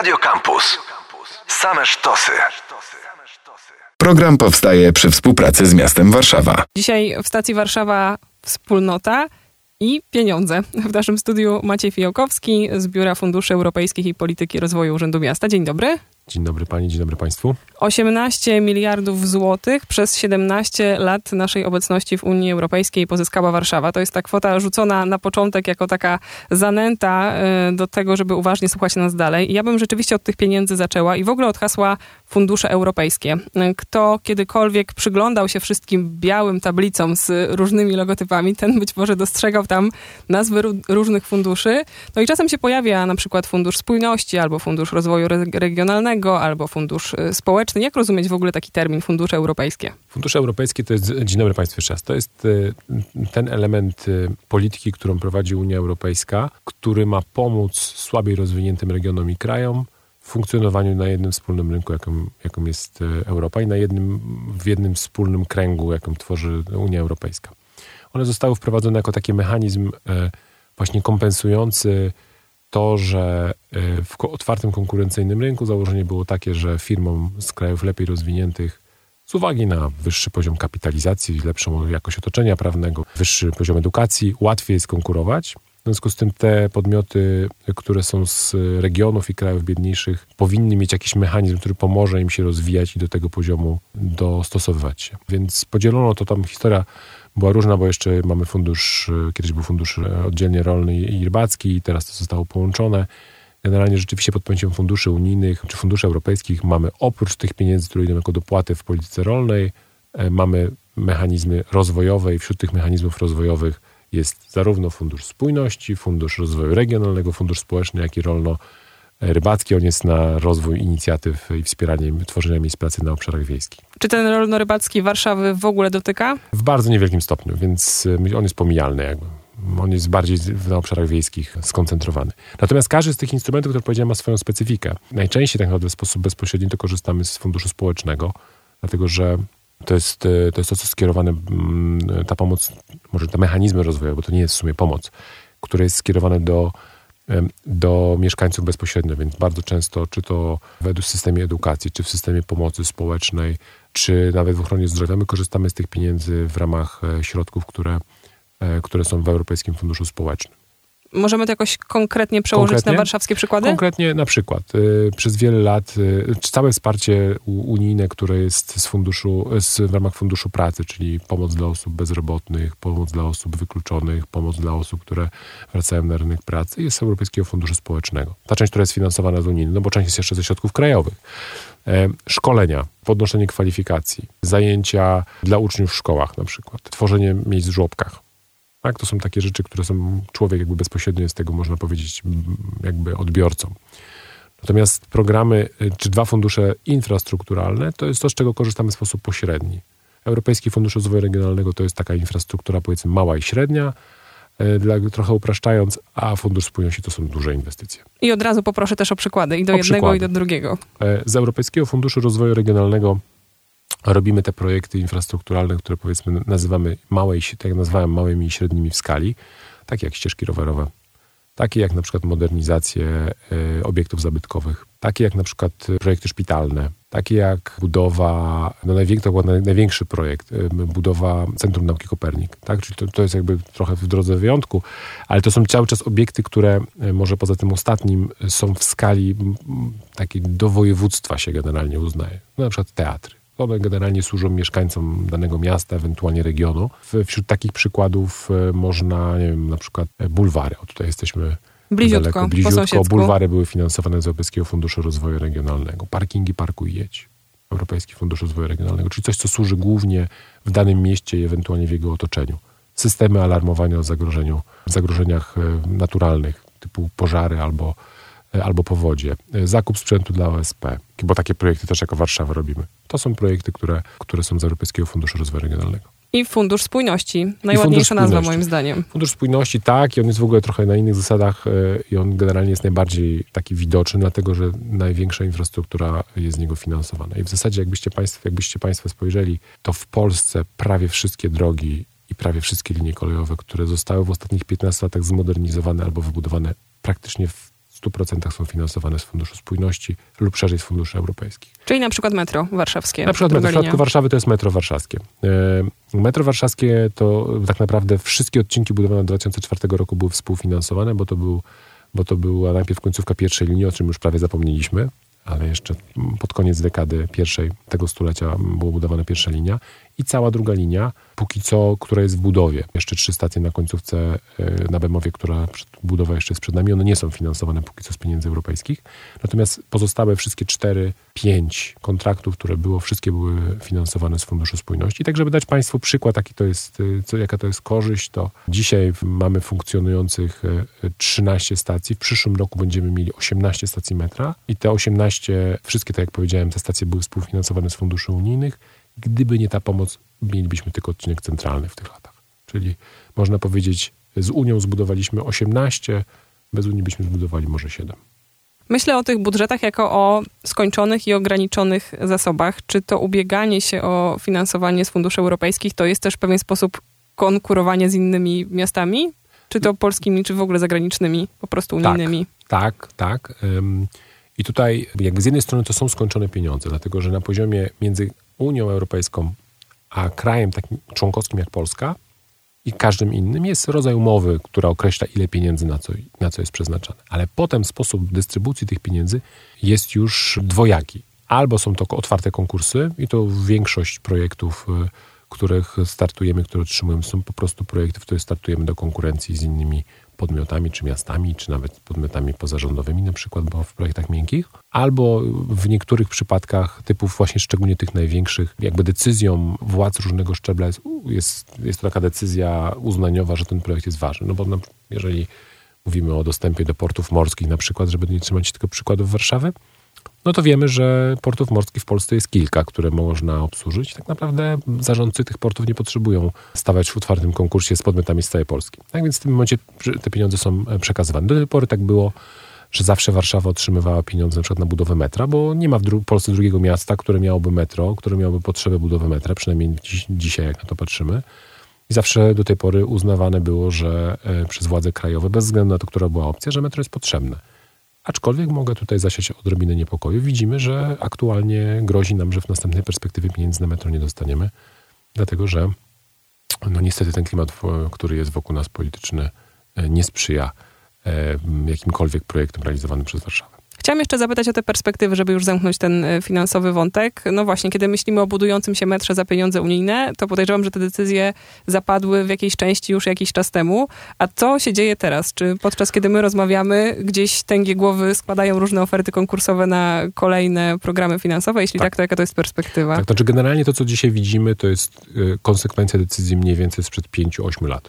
Radio Campus. Same sztosy. Program powstaje przy współpracy z miastem Warszawa. Dzisiaj w stacji Warszawa Wspólnota i pieniądze. W naszym studiu Maciej Fijałkowski z Biura Funduszy Europejskich i Polityki Rozwoju Urzędu Miasta. Dzień dobry. Dzień dobry pani, dzień dobry państwu. 18 miliardów złotych przez 17 lat naszej obecności w Unii Europejskiej pozyskała Warszawa. To jest ta kwota rzucona na początek jako taka zanęta do tego, żeby uważnie słuchać nas dalej. I ja bym rzeczywiście od tych pieniędzy zaczęła i w ogóle od hasła fundusze europejskie. Kto kiedykolwiek przyglądał się wszystkim białym tablicom z różnymi logotypami, ten być może dostrzegał tam nazwy różnych funduszy. No i czasem się pojawia na przykład Fundusz Spójności, albo Fundusz Rozwoju Regionalnego, albo Fundusz Społeczny. Jak rozumieć w ogóle taki termin fundusze europejskie? Fundusze europejskie to jest, dzień dobry państwu jeszcze raz, to jest ten element polityki, którą prowadzi Unia Europejska, który ma pomóc słabiej rozwiniętym regionom i krajom w funkcjonowaniu na jednym wspólnym rynku, jaką jest Europa i w jednym wspólnym kręgu, jaką tworzy Unia Europejska. One zostały wprowadzone jako taki mechanizm właśnie kompensujący to, że w otwartym, konkurencyjnym rynku założenie było takie, że firmom z krajów lepiej rozwiniętych z uwagi na wyższy poziom kapitalizacji, lepszą jakość otoczenia prawnego, wyższy poziom edukacji, łatwiej jest konkurować. W związku z tym te podmioty, które są z regionów i krajów biedniejszych, powinny mieć jakiś mechanizm, który pomoże im się rozwijać i do tego poziomu dostosowywać się. Więc podzielono to, tam historia była różna, bo jeszcze mamy fundusz, kiedyś był fundusz oddzielnie rolny i rybacki i teraz to zostało połączone. Generalnie rzeczywiście pod pojęciem funduszy unijnych czy funduszy europejskich mamy oprócz tych pieniędzy, które idą jako dopłaty w polityce rolnej, mamy mechanizmy rozwojowe i wśród tych mechanizmów rozwojowych jest zarówno Fundusz Spójności, Fundusz Rozwoju Regionalnego, Fundusz Społeczny, jak i rolno-rybacki. On jest na rozwój inicjatyw i wspieranie tworzenia miejsc pracy na obszarach wiejskich. Czy ten rolno-rybacki Warszawy w ogóle dotyka? W bardzo niewielkim stopniu, więc on jest pomijalny jakby. On jest bardziej na obszarach wiejskich skoncentrowany. Natomiast każdy z tych instrumentów, które powiedziałem, ma swoją specyfikę. Najczęściej tak naprawdę w sposób bezpośredni to korzystamy z Funduszu Społecznego, dlatego że to jest to, co skierowane, ta pomoc, może te mechanizmy rozwojowe, bo to nie jest w sumie pomoc, które jest skierowane do mieszkańców bezpośrednio, więc bardzo często, czy to w systemie edukacji, czy w systemie pomocy społecznej, czy nawet w ochronie zdrowia, my korzystamy z tych pieniędzy w ramach środków, które są w Europejskim Funduszu Społecznym. Możemy to jakoś konkretnie przełożyć na warszawskie przykłady? Konkretnie na przykład. Przez wiele lat całe wsparcie unijne, które jest w ramach Funduszu Pracy, czyli pomoc dla osób bezrobotnych, pomoc dla osób wykluczonych, pomoc dla osób, które wracają na rynek pracy, jest z Europejskiego Funduszu Społecznego. Ta część, która jest finansowana z unijnych, no bo część jest jeszcze ze środków krajowych. Szkolenia, podnoszenie kwalifikacji, zajęcia dla uczniów w szkołach na przykład, tworzenie miejsc w żłobkach. Tak, to są takie rzeczy, które człowiek jakby bezpośrednio jest tego, można powiedzieć, jakby odbiorcą. Natomiast programy, czy dwa fundusze infrastrukturalne, to jest to, z czego korzystamy w sposób pośredni. Europejski Fundusz Rozwoju Regionalnego to jest taka infrastruktura, powiedzmy, mała i średnia, trochę upraszczając, a Fundusz Spójności to są duże inwestycje. I od razu poproszę też o przykłady, i do jednego, i do drugiego. Z Europejskiego Funduszu Rozwoju Regionalnego robimy te projekty infrastrukturalne, które powiedzmy nazywamy tak jak nazwałem, małymi i średnimi w skali, takie jak ścieżki rowerowe, takie jak na przykład modernizację obiektów zabytkowych, takie jak na przykład projekty szpitalne, takie jak budowa, to był największy projekt, budowa Centrum Nauki Kopernik. Tak? Czyli to jest jakby trochę w drodze wyjątku, ale to są cały czas obiekty, które może poza tym ostatnim są w skali takiej do województwa się generalnie uznaje. Na przykład teatry. One generalnie służą mieszkańcom danego miasta, ewentualnie regionu. Wśród takich przykładów można, nie wiem, na przykład bulwary. O, tutaj jesteśmy bliziutko. Bulwary były finansowane z Europejskiego Funduszu Rozwoju Regionalnego. Parkingi Parkuj i Jedź. Europejski Fundusz Rozwoju Regionalnego. Czyli coś, co służy głównie w danym mieście i ewentualnie w jego otoczeniu. Systemy alarmowania o zagrożeniach naturalnych, typu pożary albo powodzie. Zakup sprzętu dla OSP, bo takie projekty też jako Warszawa robimy. To są projekty, które są z Europejskiego Funduszu Rozwoju Regionalnego. I Fundusz Spójności. Najładniejsza nazwa moim zdaniem. Fundusz Spójności, tak, i on jest w ogóle trochę na innych zasadach i on generalnie jest najbardziej taki widoczny, dlatego że największa infrastruktura jest z niego finansowana. I w zasadzie jakbyście Państwo spojrzeli, to w Polsce prawie wszystkie drogi i prawie wszystkie linie kolejowe, które zostały w ostatnich 15 latach zmodernizowane albo wybudowane praktycznie w 100% są finansowane z Funduszu Spójności lub szerzej z funduszy europejskich. Czyli na przykład metro warszawskie. Na przykład w przypadku Warszawy to jest metro warszawskie. Metro warszawskie to tak naprawdę wszystkie odcinki budowane od 2004 roku były współfinansowane, bo to była najpierw końcówka pierwszej linii, o czym już prawie zapomnieliśmy, ale jeszcze pod koniec dekady pierwszej tego stulecia była budowana pierwsza linia i cała druga linia, póki co, która jest w budowie. Jeszcze 3 stacje na końcówce na Bemowie, która budowa jeszcze jest przed nami, one nie są finansowane póki co z pieniędzy europejskich. Natomiast pozostałe wszystkie 4-5 kontraktów, które wszystkie były finansowane z Funduszu Spójności. I tak, żeby dać Państwu przykład, jaka to jest korzyść, to dzisiaj mamy funkcjonujących 13 stacji. W przyszłym roku będziemy mieli 18 stacji metra i te 18, wszystkie, tak jak powiedziałem, te stacje były współfinansowane z funduszy unijnych. Gdyby nie ta pomoc, mielibyśmy tylko odcinek centralny w tych latach. Czyli można powiedzieć, z Unią zbudowaliśmy 18, bez Unii byśmy zbudowali może 7. Myślę o tych budżetach jako o skończonych i ograniczonych zasobach. Czy to ubieganie się o finansowanie z funduszy europejskich to jest też w pewien sposób konkurowanie z innymi miastami? Czy to polskimi, czy w ogóle zagranicznymi, po prostu unijnymi? Tak. I tutaj jakby z jednej strony to są skończone pieniądze, dlatego że na poziomie między Unią Europejską a krajem takim członkowskim jak Polska i każdym innym jest rodzaj umowy, która określa, ile pieniędzy na co jest przeznaczane. Ale potem sposób dystrybucji tych pieniędzy jest już dwojaki. Albo są to otwarte konkursy i to większość projektów, których startujemy, które otrzymujemy, są po prostu projekty, w których startujemy do konkurencji z innymi podmiotami, czy miastami, czy nawet podmiotami pozarządowymi na przykład, bo w projektach miękkich. Albo w niektórych przypadkach typów właśnie szczególnie tych największych, jakby decyzją władz różnego szczebla jest to taka decyzja uznaniowa, że ten projekt jest ważny. No bo jeżeli mówimy o dostępie do portów morskich na przykład, żeby nie trzymać tylko przykładów Warszawy, no to wiemy, że portów morskich w Polsce jest kilka, które można obsłużyć. Tak naprawdę zarządcy tych portów nie potrzebują stawać w otwartym konkursie z podmiotami z całej Polski. Tak więc w tym momencie te pieniądze są przekazywane. Do tej pory tak było, że zawsze Warszawa otrzymywała pieniądze na przykład na budowę metra, bo nie ma w Polsce drugiego miasta, które miałoby metro, które miałoby potrzebę budowy metra, przynajmniej dzisiaj jak na to patrzymy. I zawsze do tej pory uznawane było, że przez władze krajowe, bez względu na to, która była opcja, że metro jest potrzebne. Aczkolwiek mogę tutaj zasiać odrobinę niepokoju. Widzimy, że aktualnie grozi nam, że w następnej perspektywie pieniędzy na metro nie dostaniemy, dlatego że niestety ten klimat, który jest wokół nas polityczny, nie sprzyja jakimkolwiek projektom realizowanym przez Warszawę. Chciałam jeszcze zapytać o te perspektywy, żeby już zamknąć ten finansowy wątek. No właśnie, kiedy myślimy o budującym się metrze za pieniądze unijne, to podejrzewam, że te decyzje zapadły w jakiejś części już jakiś czas temu. A co się dzieje teraz? Czy podczas kiedy my rozmawiamy, gdzieś tęgie głowy składają różne oferty konkursowe na kolejne programy finansowe? Jeśli tak, to jaka to jest perspektywa? Tak, znaczy generalnie to, co dzisiaj widzimy, to jest konsekwencja decyzji mniej więcej sprzed 5-8 lat.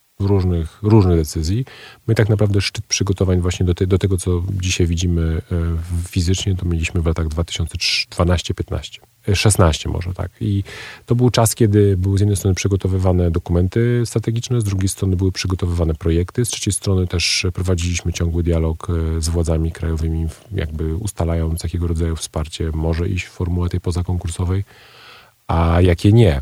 Różnych decyzji. My tak naprawdę szczyt przygotowań właśnie do tego, co dzisiaj widzimy fizycznie, to mieliśmy w latach 2012-15. 16 może, tak. I to był czas, kiedy były z jednej strony przygotowywane dokumenty strategiczne, z drugiej strony były przygotowywane projekty, z trzeciej strony też prowadziliśmy ciągły dialog z władzami krajowymi, jakby ustalając, jakiego rodzaju wsparcie może iść w formułę tej pozakonkursowej, a jakie nie.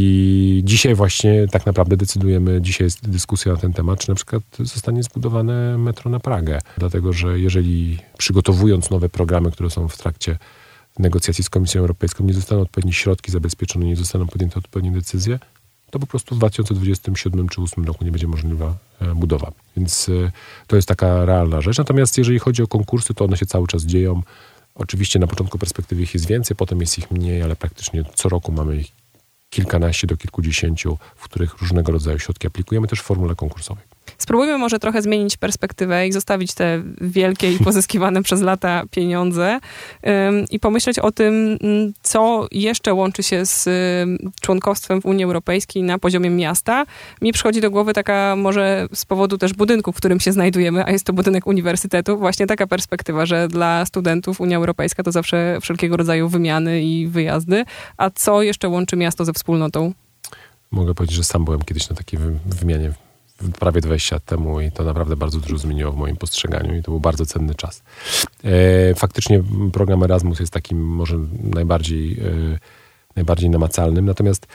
I dzisiaj właśnie tak naprawdę decydujemy, dzisiaj jest dyskusja na ten temat, czy na przykład zostanie zbudowane metro na Pragę. Dlatego, że jeżeli przygotowując nowe programy, które są w trakcie negocjacji z Komisją Europejską, nie zostaną odpowiednie środki zabezpieczone, nie zostaną podjęte odpowiednie decyzje, to po prostu w 2027 czy 2028 roku nie będzie możliwa budowa. Więc to jest taka realna rzecz. Natomiast jeżeli chodzi o konkursy, to one się cały czas dzieją. Oczywiście na początku perspektywy ich jest więcej, potem jest ich mniej, ale praktycznie co roku mamy ich kilkanaście do kilkudziesięciu, w których różnego rodzaju środki aplikujemy też w formule konkursowej. Spróbujmy może trochę zmienić perspektywę i zostawić te wielkie i pozyskiwane przez lata pieniądze i pomyśleć o tym, co jeszcze łączy się z członkostwem w Unii Europejskiej na poziomie miasta. Mi przychodzi do głowy taka może z powodu też budynku, w którym się znajdujemy, a jest to budynek uniwersytetu, właśnie taka perspektywa, że dla studentów Unia Europejska to zawsze wszelkiego rodzaju wymiany i wyjazdy. A co jeszcze łączy miasto ze wspólnotą? Mogę powiedzieć, że sam byłem kiedyś na takiej wymianie prawie 20 lat temu i to naprawdę bardzo dużo zmieniło w moim postrzeganiu i to był bardzo cenny czas. Faktycznie program Erasmus jest takim może najbardziej namacalnym, natomiast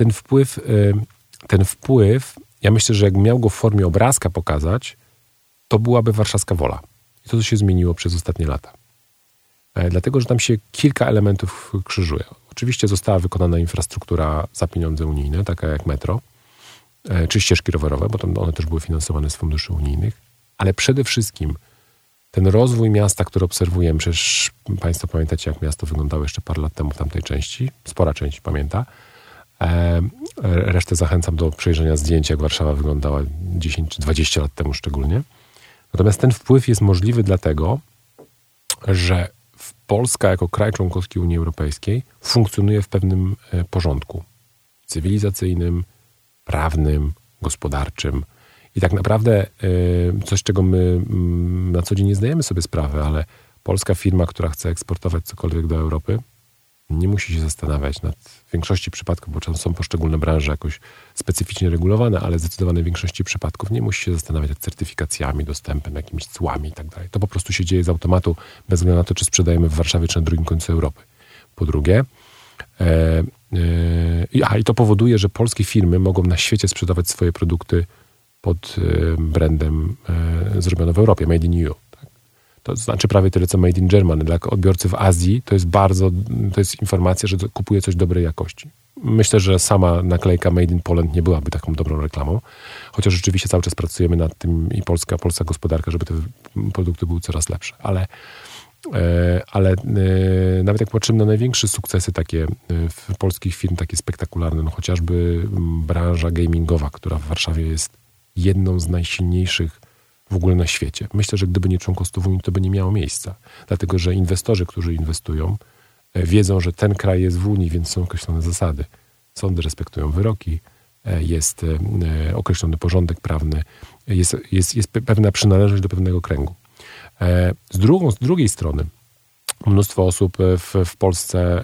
ten wpływ, ja myślę, że jak miał go w formie obrazka pokazać, to byłaby warszawska wola. i to, co się zmieniło przez ostatnie lata. Dlatego, że tam się kilka elementów krzyżuje. Oczywiście została wykonana infrastruktura za pieniądze unijne, taka jak metro, czy ścieżki rowerowe, bo tam one też były finansowane z funduszy unijnych, ale przede wszystkim ten rozwój miasta, który obserwujemy, przecież Państwo pamiętacie, jak miasto wyglądało jeszcze parę lat temu w tamtej części, spora część pamięta. Resztę zachęcam do przejrzenia zdjęć, jak Warszawa wyglądała 10 czy 20 lat temu szczególnie. Natomiast ten wpływ jest możliwy dlatego, że Polska jako kraj członkowski Unii Europejskiej funkcjonuje w pewnym porządku cywilizacyjnym, prawnym, gospodarczym. I tak naprawdę coś, czego my na co dzień nie zdajemy sobie sprawy, ale polska firma, która chce eksportować cokolwiek do Europy, nie musi się zastanawiać w większości przypadków, bo często są poszczególne branże jakoś specyficznie regulowane, ale zdecydowanej większości przypadków nie musi się zastanawiać nad certyfikacjami, dostępem, jakimiś cłami i tak dalej. To po prostu się dzieje z automatu, bez względu na to, czy sprzedajemy w Warszawie, czy na drugim końcu Europy. Po drugie, i to powoduje, że polskie firmy mogą na świecie sprzedawać swoje produkty pod brandem zrobione w Europie, Made in EU. Tak? To znaczy prawie tyle, co Made in Germany. Dla odbiorcy w Azji to jest informacja, że kupuje coś dobrej jakości. Myślę, że sama naklejka Made in Poland nie byłaby taką dobrą reklamą, chociaż rzeczywiście cały czas pracujemy nad tym i polska gospodarka, żeby te produkty były coraz lepsze. Ale nawet jak patrzymy na największe sukcesy takie w polskich firm, takie spektakularne, no chociażby branża gamingowa, która w Warszawie jest jedną z najsilniejszych w ogóle na świecie. Myślę, że gdyby nie członkostwo w Unii, to by nie miało miejsca. Dlatego, że inwestorzy, którzy inwestują, wiedzą, że ten kraj jest w Unii, więc są określone zasady. Sądy respektują wyroki, jest określony porządek prawny, jest pewna przynależność do pewnego kręgu. Z drugiej strony mnóstwo osób w Polsce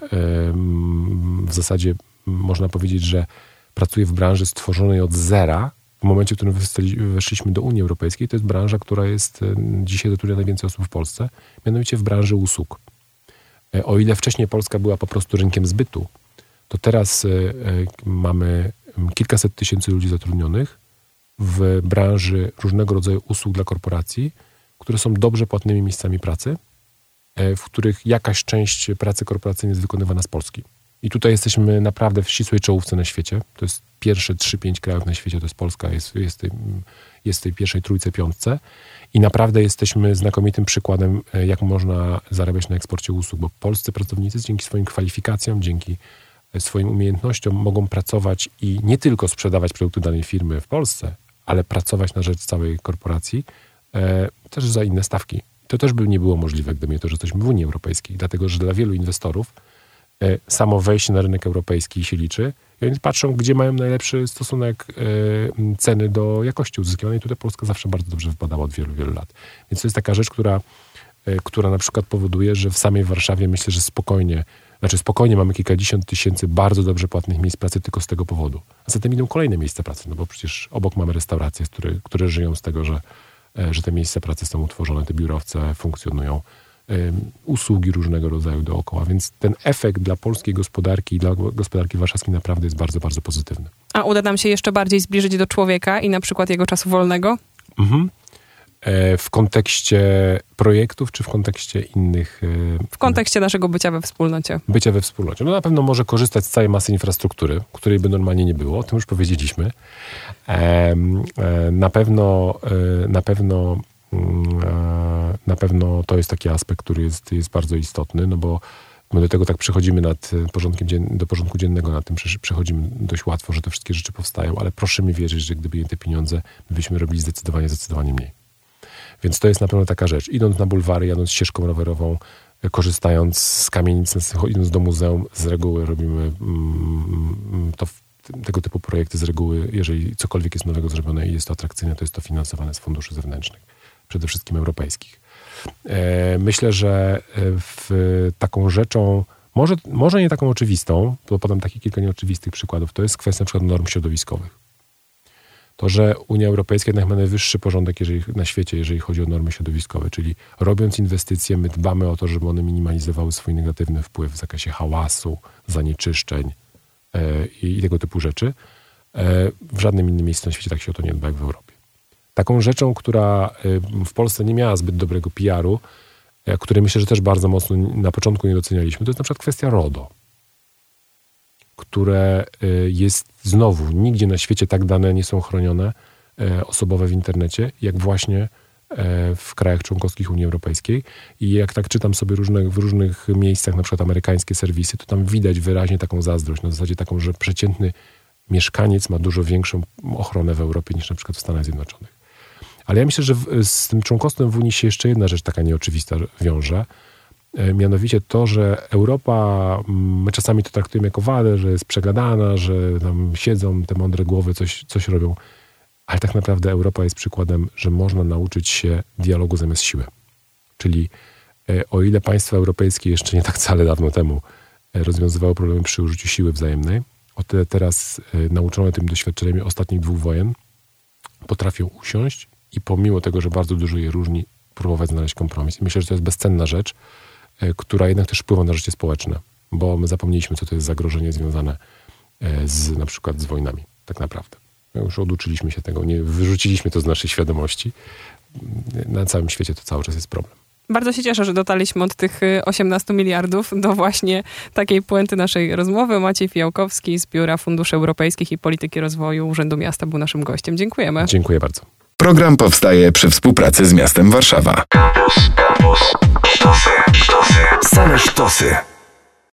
w zasadzie można powiedzieć, że pracuje w branży stworzonej od zera. W momencie, w którym weszliśmy do Unii Europejskiej, to jest branża, która jest dzisiaj zatrudnia najwięcej osób w Polsce, mianowicie w branży usług. O ile wcześniej Polska była po prostu rynkiem zbytu, to teraz mamy kilkaset tysięcy ludzi zatrudnionych w branży różnego rodzaju usług dla korporacji, które są dobrze płatnymi miejscami pracy, w których jakaś część pracy korporacyjnej jest wykonywana z Polski. I tutaj jesteśmy naprawdę w ścisłej czołówce na świecie. To jest pierwsze 3-5 krajów na świecie, to jest Polska, jest w tej pierwszej trójce, piątce. I naprawdę jesteśmy znakomitym przykładem, jak można zarabiać na eksporcie usług, bo polscy pracownicy dzięki swoim kwalifikacjom, dzięki swoim umiejętnościom mogą pracować i nie tylko sprzedawać produkty danej firmy w Polsce, ale pracować na rzecz całej korporacji, też za inne stawki. To też by nie było możliwe, gdyby nie to, że jesteśmy w Unii Europejskiej, dlatego że dla wielu inwestorów samo wejście na rynek europejski się liczy i oni patrzą, gdzie mają najlepszy stosunek ceny do jakości uzyskiwanej. Tutaj Polska zawsze bardzo dobrze wypadała od wielu, wielu lat. Więc to jest taka rzecz, która na przykład powoduje, że w samej Warszawie myślę, że spokojnie mamy kilkadziesiąt tysięcy bardzo dobrze płatnych miejsc pracy tylko z tego powodu. A zatem idą kolejne miejsca pracy, no bo przecież obok mamy restauracje, które żyją z tego, że te miejsca pracy są utworzone, te biurowce funkcjonują, usługi różnego rodzaju dookoła, więc ten efekt dla polskiej gospodarki i dla gospodarki warszawskiej naprawdę jest bardzo, bardzo pozytywny. A uda nam się jeszcze bardziej zbliżyć do człowieka i na przykład jego czasu wolnego? W kontekście projektów, czy w kontekście innych? W kontekście naszego bycia we wspólnocie. Bycia we wspólnocie. No na pewno może korzystać z całej masy infrastruktury, której by normalnie nie było, o tym już powiedzieliśmy. Na pewno to jest taki aspekt, który jest bardzo istotny, no bo my do tego tak przechodzimy do porządku dziennego, nad tym przechodzimy dość łatwo, że te wszystkie rzeczy powstają, ale proszę mi wierzyć, że gdyby nie te pieniądze, my byśmy robili zdecydowanie mniej. Więc to jest na pewno taka rzecz. Idąc na bulwary, jadąc ścieżką rowerową, korzystając z kamienic, idąc do muzeum, z reguły robimy tego typu projekty z reguły, jeżeli cokolwiek jest nowego zrobione i jest to atrakcyjne, to jest to finansowane z funduszy zewnętrznych, przede wszystkim europejskich. Myślę, że taką rzeczą, może nie taką oczywistą, bo podam takich kilka nieoczywistych przykładów, to jest kwestia na przykład norm środowiskowych. To, że Unia Europejska jednak ma najwyższy porządek na świecie, jeżeli chodzi o normy środowiskowe, czyli robiąc inwestycje, my dbamy o to, żeby one minimalizowały swój negatywny wpływ w zakresie hałasu, zanieczyszczeń i tego typu rzeczy. W żadnym innym miejscu na świecie tak się o to nie dba jak w Europie. Taką rzeczą, która w Polsce nie miała zbyt dobrego PR-u, której myślę, że też bardzo mocno na początku nie docenialiśmy, to jest na przykład kwestia RODO, które jest znowu, nigdzie na świecie tak dane nie są chronione osobowe w internecie, jak właśnie w krajach członkowskich Unii Europejskiej. I jak tak czytam sobie w różnych miejscach, na przykład amerykańskie serwisy, to tam widać wyraźnie taką zazdrość, na zasadzie taką, że przeciętny mieszkaniec ma dużo większą ochronę w Europie niż na przykład w Stanach Zjednoczonych. Ale ja myślę, że z tym członkostwem w Unii się jeszcze jedna rzecz taka nieoczywista wiąże. Mianowicie to, że Europa, my czasami to traktujemy jako wadę, że jest przegadana, że tam siedzą te mądre głowy, coś robią. Ale tak naprawdę Europa jest przykładem, że można nauczyć się dialogu zamiast siły. Czyli o ile państwa europejskie jeszcze nie tak wcale dawno temu rozwiązywały problemy przy użyciu siły wzajemnej, o tyle teraz nauczone tym doświadczeniami ostatnich 2 wojen potrafią usiąść i pomimo tego, że bardzo dużo je różni, próbować znaleźć kompromis. I myślę, że to jest bezcenna rzecz, która jednak też wpływa na życie społeczne, bo my zapomnieliśmy, co to jest zagrożenie związane na przykład z wojnami, tak naprawdę. My już oduczyliśmy się tego, nie wyrzuciliśmy to z naszej świadomości. Na całym świecie to cały czas jest problem. Bardzo się cieszę, że dotarliśmy od tych 18 miliardów do właśnie takiej puenty naszej rozmowy. Maciej Fijałkowski z Biura Funduszy Europejskich i Polityki Rozwoju Urzędu Miasta był naszym gościem. Dziękujemy. Dziękuję bardzo. Program powstaje przy współpracy z miastem Warszawa. Campus. Sztosy. Same sztosy.